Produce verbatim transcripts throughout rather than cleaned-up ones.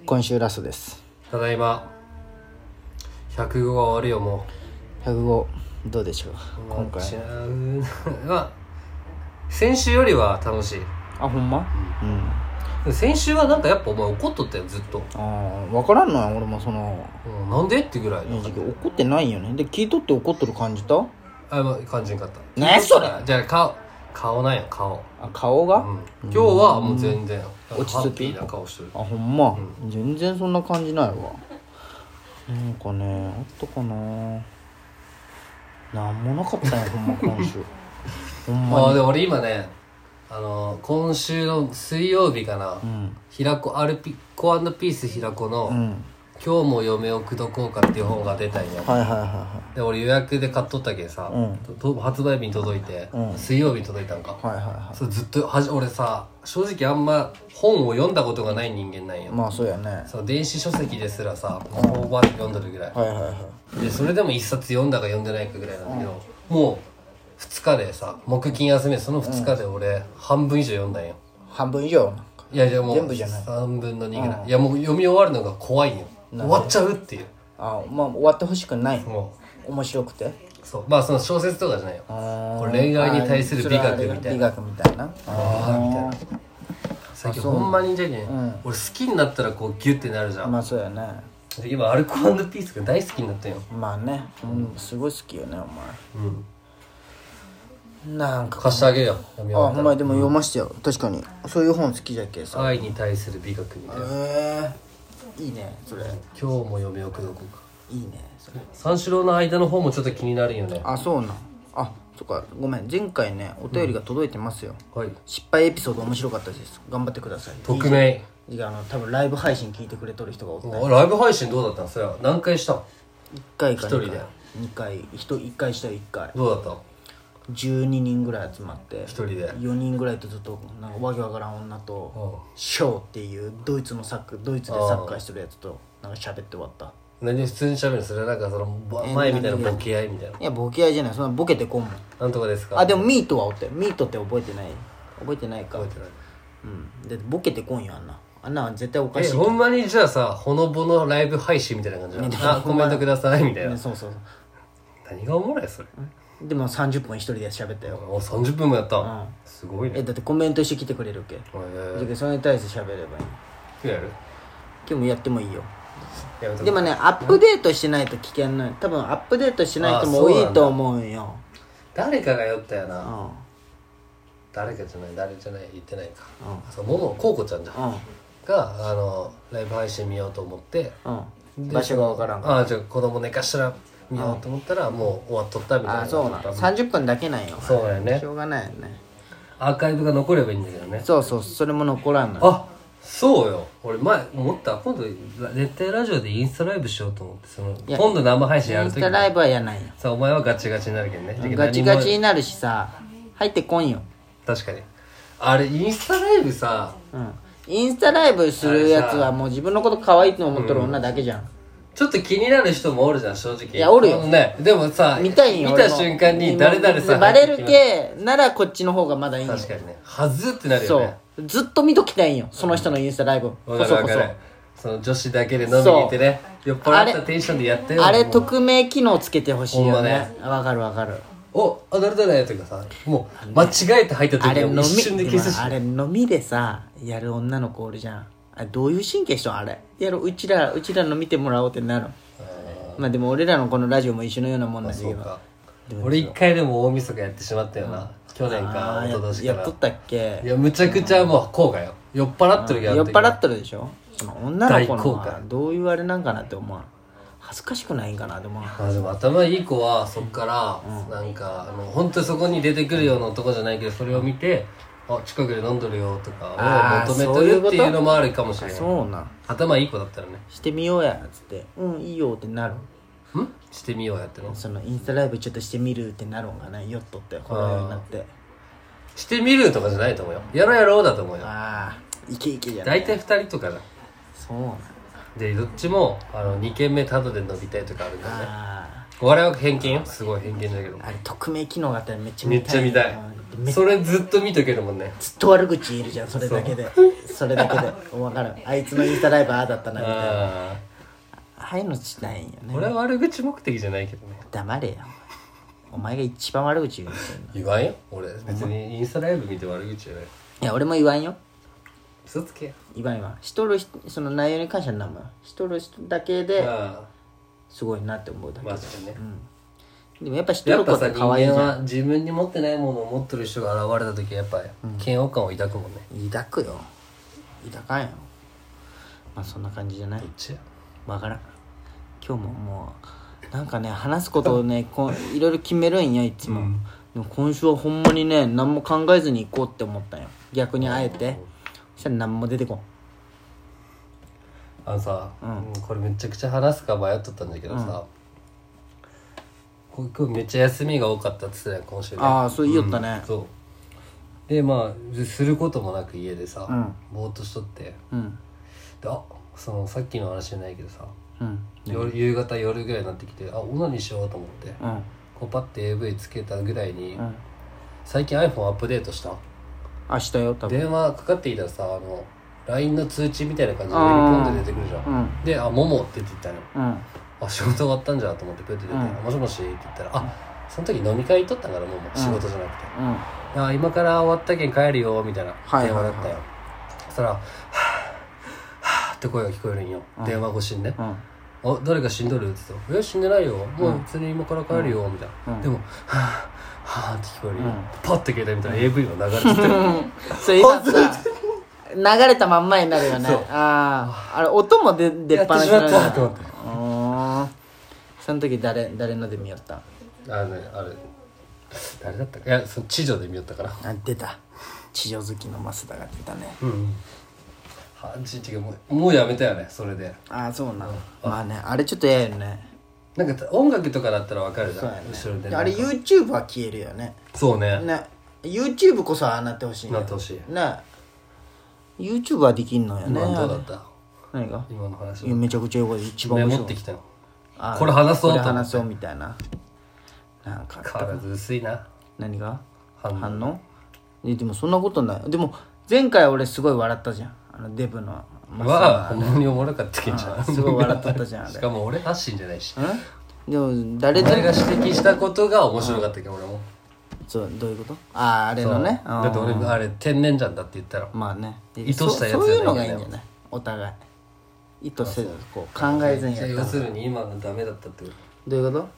今週ラストです。 ただいまひゃくごが終わるよ。もうひゃくごどうでしょう今回。 まあ先週よりは楽しい。 あ、ほんま。 うん、先週はなんかやっぱお前怒っとったよずっと。 ああ、分からんのや俺もその、 うん、なんでってぐらいの怒ってないよね。で聞いとって怒っとる感じた？ あ、まあ、感じんかった。 ねそれじゃあ顔顔なんや顔。 あ、顔が、 うん、今日はもう全然落ち着きハッピーな顔してる。 あ、ほんま、 うん、 全然そんな感じないわ。なんかね、あったかな。なんもなかったんやほんま今週ほんまに。 あで俺今ね、あのー、今週の水曜日かな、うん、平子アルピコ&ピース平子の、うん、今日も嫁を口説こうかっていう本が出たんや。 はいはいはいはい。 で俺予約で買っとったけどさ、うん、と発売日に届いて、うん、水曜日に届いたんか。はいはいはい。それずっとはじ俺さ正直あんま本を読んだことがない人間なんよ。 まあそうやね。 その電子書籍ですらさほぼ読んどるぐらい。はいはいはい。でそれでも一冊読んだか読んでないかぐらいなんだけど、うん、もうふつかでさ木金休めそのふつかで俺、うん、半分以上読んだんよ。 半分以上？ いやいやもう全部じゃないさんぶんのにぐらい、うん、いやもう読み終わるのが怖いよ。終わっちゃうっていう。 あ、まあ終わってほしくない。もう面白くて。 そうまあその小説とかじゃないよ。これ恋愛に対する美学みたいな。 美学みたいな。 ああみたいな。最近ほんまにじゃけん、うん、俺好きになったらこうギュッてなるじゃん。 まあそうやね。 今アルコ&ピースが大好きになったよ。 まあね、うん、すごい好きよねお前。うん。なんか貸してあげるよ。 あ、ほんまでも読ましてよ、うん、確かにそういう本好きじゃけさ。 愛に対する美学みたいな。 へえ、いいねそれ。 今日も嫁を口説こうか。 いいねそれ。 三四郎の間の方もちょっと気になるよね。 あ、そうなん。あ、そっか、ごめん前回ねお便りが届いてますよ、 うん、はい。 失敗エピソード面白かったです。頑張ってください。 匿名。 いや、あの多分ライブ配信聞いてくれとる人がおった。 ライブ配信どうだったん？それは何回したん？ いっかいかいちにかい。 にかいいっかいしたよ。いっかいどうだった？ じゅうににんぐらい集まってひとりでよにんぐらいとずっとなんかわけわからん女とショーっていうドイツのサッカードイツでサッカーしてるやつとなんか喋って終わった。 何普通に喋るの？それなんかその前みたいなボケ合いみたいな。 いやボケ合いじゃない、そんなボケてこんもん。 なんとかですか？ あ、でもミートはおったよ。ミートって覚えてない？覚えてないか。 覚えてない。 うん。でボケてこんよあんな。あんなは絶対おかしい。 え、ほんまにじゃあさ、ほのぼのライブ配信みたいな感じなの？あ、コメントくださいみたいな。 そうそうそう。 何がおもろいそれ。 でもさんじゅっぷん一人で喋ったよ。 お、さんじゅっぷんもやった。うん。すごいね。 え、だってコメントしてきてくれるけ。ええ。それに対して喋ればいい。 今日やる？ 今日もやってもいいよ。でもね、アップデートしてないと危険なの。多分アップデートしてない人も多いと思うよ。 誰かが酔ったよな。うん。誰かじゃない、誰じゃない、言ってないか。うん。そう、もも、こうこちゃんじゃん。うん。が、あの、ライブ配信見ようと思って、 うん。場所がわからんから。 ああ、じゃあ子供寝かしたら見ようと思ったら、もう終わっとったみたいな。 あ、そうなん。さんじゅっぷんだけなんよ。 そうやね。 しょうがないよね。 アーカイブが残ればいいんだけどね。 そうそう、それも残らんの。 あ、そうよ。俺前思った。今度絶対ラジオでインスタライブしようと思って、その今度生配信やるときインスタライブはやないよ。 さあお前はガチガチになるけどね。 ガチガチになるしさ、入ってこんよ。 確かに。あれインスタライブさ、 うん。インスタライブするやつはもう自分のこと可愛いと思っとる女だけじゃん。うん、 ちょっと気になる人もおるじゃん正直。 いやおるよ。 ね。でもさ、 見たいよ。 見た瞬間に誰々さバレる系ならこっちの方がまだいいよ。 確かにね。はずってなるよね。 そう。ずっと見ときたいんよ。その人のインスタライブ。 わかるわかる。その女子だけで飲みに行ってね。酔っ払ったテンションでやってよ。 あれ匿名機能つけてほしいよね。わかるわかる。 お、あ、誰誰とかさ、もう間違えて入った時は一瞬で消すし。 あれ飲みでさやる女の子おるじゃん。あれどういう神経しとんあれ。やろうちらうちらの見てもらおうってなる。まあでも俺らのこのラジオも一緒のようなもんなんだけど。 俺一回でも大晦日やってしまったよな。去年か一昨年から。 やっとったっけ。 いやむちゃくちゃもう後悔よ。酔っ払ってるやん。 酔っ払ってるでしょ。その女の子のはどういうあれなんかなって思う。恥ずかしくないんかなでも。 あでも頭いい子はそっからなんかあの本当にそこに出てくるような男じゃないけどそれを見て。あ近くで飲んどるよとかを求めてるっていうのもあるかもしれない。 そうなん。 頭いい子だったらね。 してみようやっつってうんいいよってなる。 んしてみようやっての。 そのインスタライブちょっとしてみるってなるんがねヨットってこのようになって。 してみるとかじゃないと思うよ。やろうやろうだと思うよ。 ああイケイケじゃん。 大体ふたりとかだ。 そうなんでどっちもあのに軒目タダで飲みたいとかあるからね。我々は偏見よ。すごい偏見だけど。 あれ匿名機能があったらめっちゃ見たい。めっちゃ見たい。 それずっと見とけるもんね。 ずっと悪口言えるじゃんそれだけで そ, それだけで分かる。あいつのインスタライブああだったなみたいな、ああいうのしないんよね。 俺は悪口目的じゃないけどね。 黙れよお前が一番悪口言うの。 言わんよ俺別にインスタライブ見て悪口じゃない。 いや俺も言わんよ。 嘘つけや。 言わん言わん。しとる人その内容に関しては何もしとる人だけですごいなって思うだけで、 マジでね、 うん、でもやっぱしとやっぱる子ってさ人間可愛いじゃん。 は自分に持ってないものを持ってる人が現れた時やっぱり嫌悪感を抱くもんね。 抱くよ抱かんよ。まあそんな感じじゃない。 どっちや。 わからん。今日ももうなんかね話すことをねこういろいろ決めるんよいつも、うん、でも今週はほんまにね何も考えずに行こうって思ったんよ逆にあえて、うん、そしたら何も出てこん。 あのさ、うん、これめちゃくちゃ話すか迷っとったんだけどさ、うん、今日めっちゃ休みが多かったって言ってたよ今週ね。 ああそう言いよったね、 うん、そうでまあすることもなく家でさ、うん、ぼーっとしとって、うん、であそのさっきの話じゃないけどさ、うん、夜夕方夜ぐらいになってきてあオナニーしようと思って、うん、こうパッて エーブイ つけたぐらいに、うん、最近 iPhone アップデートした。 明日よ多分。 電話かかってきたらさあの ライン の通知みたいな感じで上にポンって出てくるじゃん、うん、で「あもも」って言って言ったの、うん、あ仕事終わったんじゃと思ってプッて出て「うん、もしもし」って言ったら「あその時飲み会行っとったからもも、うん、仕事じゃなくて、うん、あ今から終わったけん帰るよ」みたいな電話だったよ、はいはいはい、そしたら「はぁはぁ」って声が聞こえるんよ、うん、電話越しにね、うんあ誰か死んどるって言って「え死んでないよもう普通に今から帰るよ」みたいな、うん、でも「はぁはぁ」って聞こえるよ、うん、パッて携帯見たら エーブイ が流れててそれ今さ流れたまんまになるよね。あああれ音も出出っ放しになるやってしまったと思ってあその時誰誰ので見よった。 あのねあれ誰だったかいやその地上で見よったからあ出た地上好きの増田が出たね。 うんはち違うもうもうやめたよねそれで。 ああそうなの、うん、まあねあれちょっと嫌よね。 なんか音楽とかだったらわかるじゃん、ね、 後ろであれ YouTube は消えるよね。 そうねね YouTube こそああなってほしいなってほしいね。YouTube はできんのよね。 今どうだった？ 何が？ 今の話いやめちゃくちゃよかった。一番面白い。 メモってきたのこれ話そうと思ってこれ話そうみたいななんか変わらず薄いな。 何が？反応？反応？えでもそんなことない。でも前回俺すごい笑ったじゃんあのデブのわあほんまにおもろかったけんじゃん。 すごい笑っとったじゃんあれしかも俺発信じゃないしでも誰でもが指摘したことが面白かったけど俺もそうどういうこと？あああれのねだって俺あれ天然じゃんだって言ったらまあね意図したやつじゃないよね。 そういうのがいいんじゃないお互い意図せずこう考えずにやった。 要するに今のダメだったってこと。 どういうこと？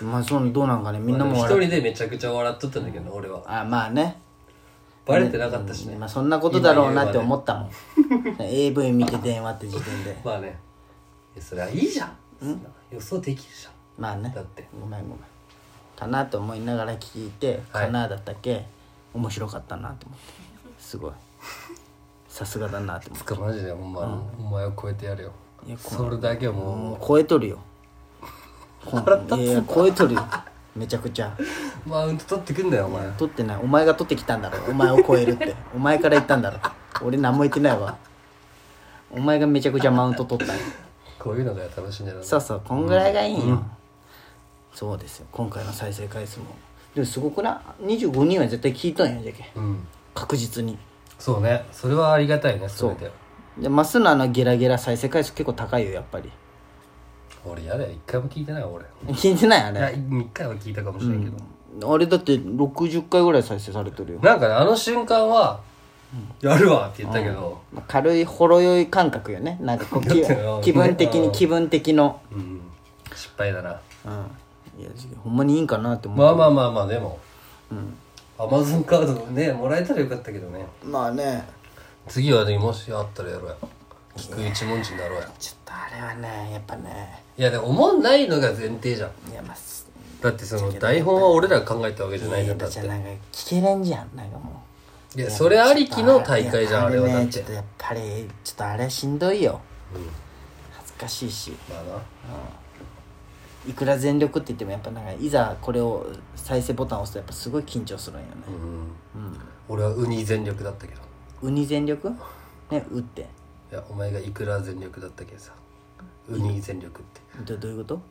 まあそうどうなんかねみんなも一人でめちゃくちゃ笑っとったんだけど俺はあまあねバレてなかったしね、 まあそんなことだろうなって思ったもんエーブイ 見て電話って時点でまあねそれはいいじゃん予想できるじゃん。 まあねだってごめんごめんかなと思いながら聞いて、はい、かなだったっけ面白かったなと思ってすごいさすがだなって思って。 つかマジでお前、うん、お前を超えてやるよ。いやそれだけはもう、もう超えとるよいやいや超えとるよめちゃくちゃマウント取ってくんだよお前。 取ってないお前が取ってきたんだろお前を超えるってお前から言ったんだろ俺何も言ってないわ。お前がめちゃくちゃマウント取ったんよこういうのが楽しいんじゃない。 そうそうこんぐらいがいいんよ、うん、そうですよ今回の再生回数もでもすごくなにじゅうごにんは絶対聞いたんやじゃけ、うん、確実に。 そうねそれはありがたいねそれで。 そうでマスのあのゲラゲラ再生回数結構高いよやっぱり。 俺やだよ一回も聞いてない俺。 聞いてないあれ。いや一回は聞いたかもしれんけど、 うん、あれだってろくじゅっかいぐらい再生されてるよ。 なんかねあの瞬間は、うん、やるわって言ったけど、 うん、軽いほろ酔い感覚よねなんかこう気分的に気分的の、 うん、失敗だな。 うんいやほんまにいいんかなって思う。 まあまあまあまあでもうんアマゾンカードねもらえたらよかったけどね。 まあね次はねもしあったらやろうや聞く一文字になろうや。 ちょっとあれはねやっぱねいやでも思んないのが前提じゃん。 いやまあだってその台本は俺らが考えたわけじゃないじゃん。だってなんか聞けれんじゃんなんかもういやそれありきの大会じゃんあれはだってちょっとやっぱりちょっとあれしんどいよ、うん、恥ずかしいしまあな、 うん、いくら全力って言ってもやっぱなんかいざこれを再生ボタンを押すとやっぱすごい緊張するんよね、 うんうん、俺はウニ全力だったけど。 ウニ全力ねうっていやお前がいくら全力だったけどさウニ全力ってどどういうこと？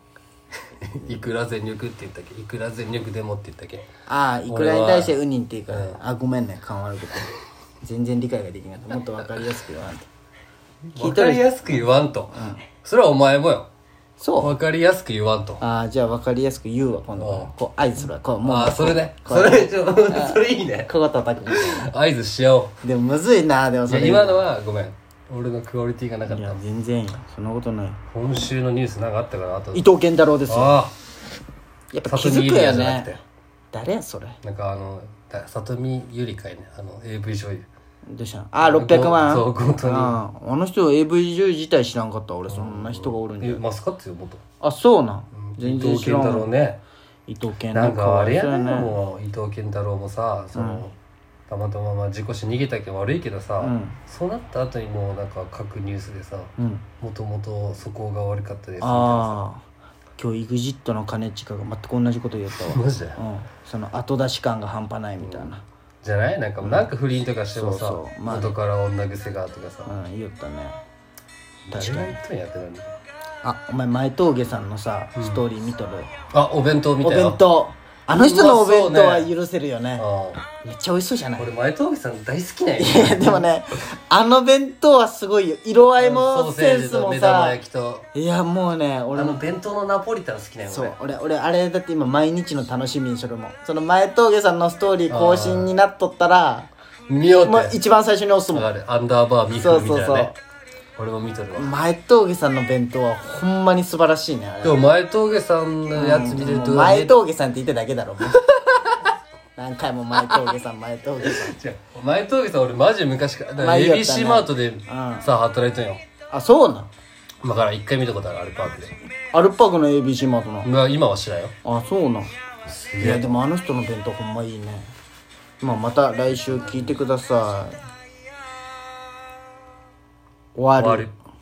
いくら全力って言ったっけ、いくら全力でもって言ったっけ。 ああいくらに対してウニンっていうから、うん、あごめんね勘悪くて全然理解ができなかったもっと分かりやすく言わんと分かりやすく言わんと、うん、それはお前もよ。 そう分かりやすく言わんと。 ああじゃあ分かりやすく言うわ今度はこう合図するわこうもうああそれねそれちょそれいいねここ叩くみたいな合図しようでもむずいなでもそれ今のはごめん俺のクオリティがなかった。いや全然いいよそんなことない。 今週のニュースなんかあったかな。あと伊藤健太郎ですよ。ああやっぱ気づくよね。誰やそれ。 なんかあの里見ゆりかいねあの エーブイ 女優どうしたんあろっぴゃくまんそう本当にあ, あの人 エーブイ 女優自体知らんかった俺そんな人がおるんじゃ。 えマスカッツよ元。 あそうなん、 うん、全然知らん。伊藤健太郎ね。 伊藤健なんかあれやねもう伊藤健太郎もさその、うん、たまたままあ事故死逃げたけど悪いけどさ、うん、そうなった後にもうなんか各ニュースでさもともと素行が悪かったですみたいなさ。 あ今日 イグジット の兼近が全く同じこと言ったわ。 マジで、うん、 その後出し感が半端ないみたいな、うん、 じゃないなんか、うん、なんか不倫とかしてもさ、そうそう、まあ、元から女癖がとかさ、 うん言ったね。 確かにやってなんだ。 あお前前峠さんのさ、うん、ストーリー見とる。 あお弁当見たよ。 お弁当あの人のお弁当は許せるよね。めっちゃ美味しそうじゃない。 俺前峠さん大好きなんや。 いやでもねあの弁当はすごいよ。色合いもセンスもさいやもうね俺あの弁当のナポリタン好きなんや。 そう俺俺あれだって今毎日の楽しみにしとるもん。その前峠さんのストーリー更新になっとったら見ようって、 一番最初に押すもん。 アンダーバーミフみたいなね。そうそうそう俺も見とるわ。 前峠さんの弁当はほんまに素晴らしいねあれ。 でも前峠さんのやつ見てると、 うん、前峠さんって言ってだけだろ何回も前峠さん前峠さん。 違う前峠さん俺マジで昔からエビーシーマートでさ働いてんよ。 あそうなんだから一回見たことあるアルパークで。 アルパークの エービーシー マートの今は知らんよ。 あそうなんいやでもあの人の弁当ほんまいいね。まあまた来週聞いてください。終わり。終わり。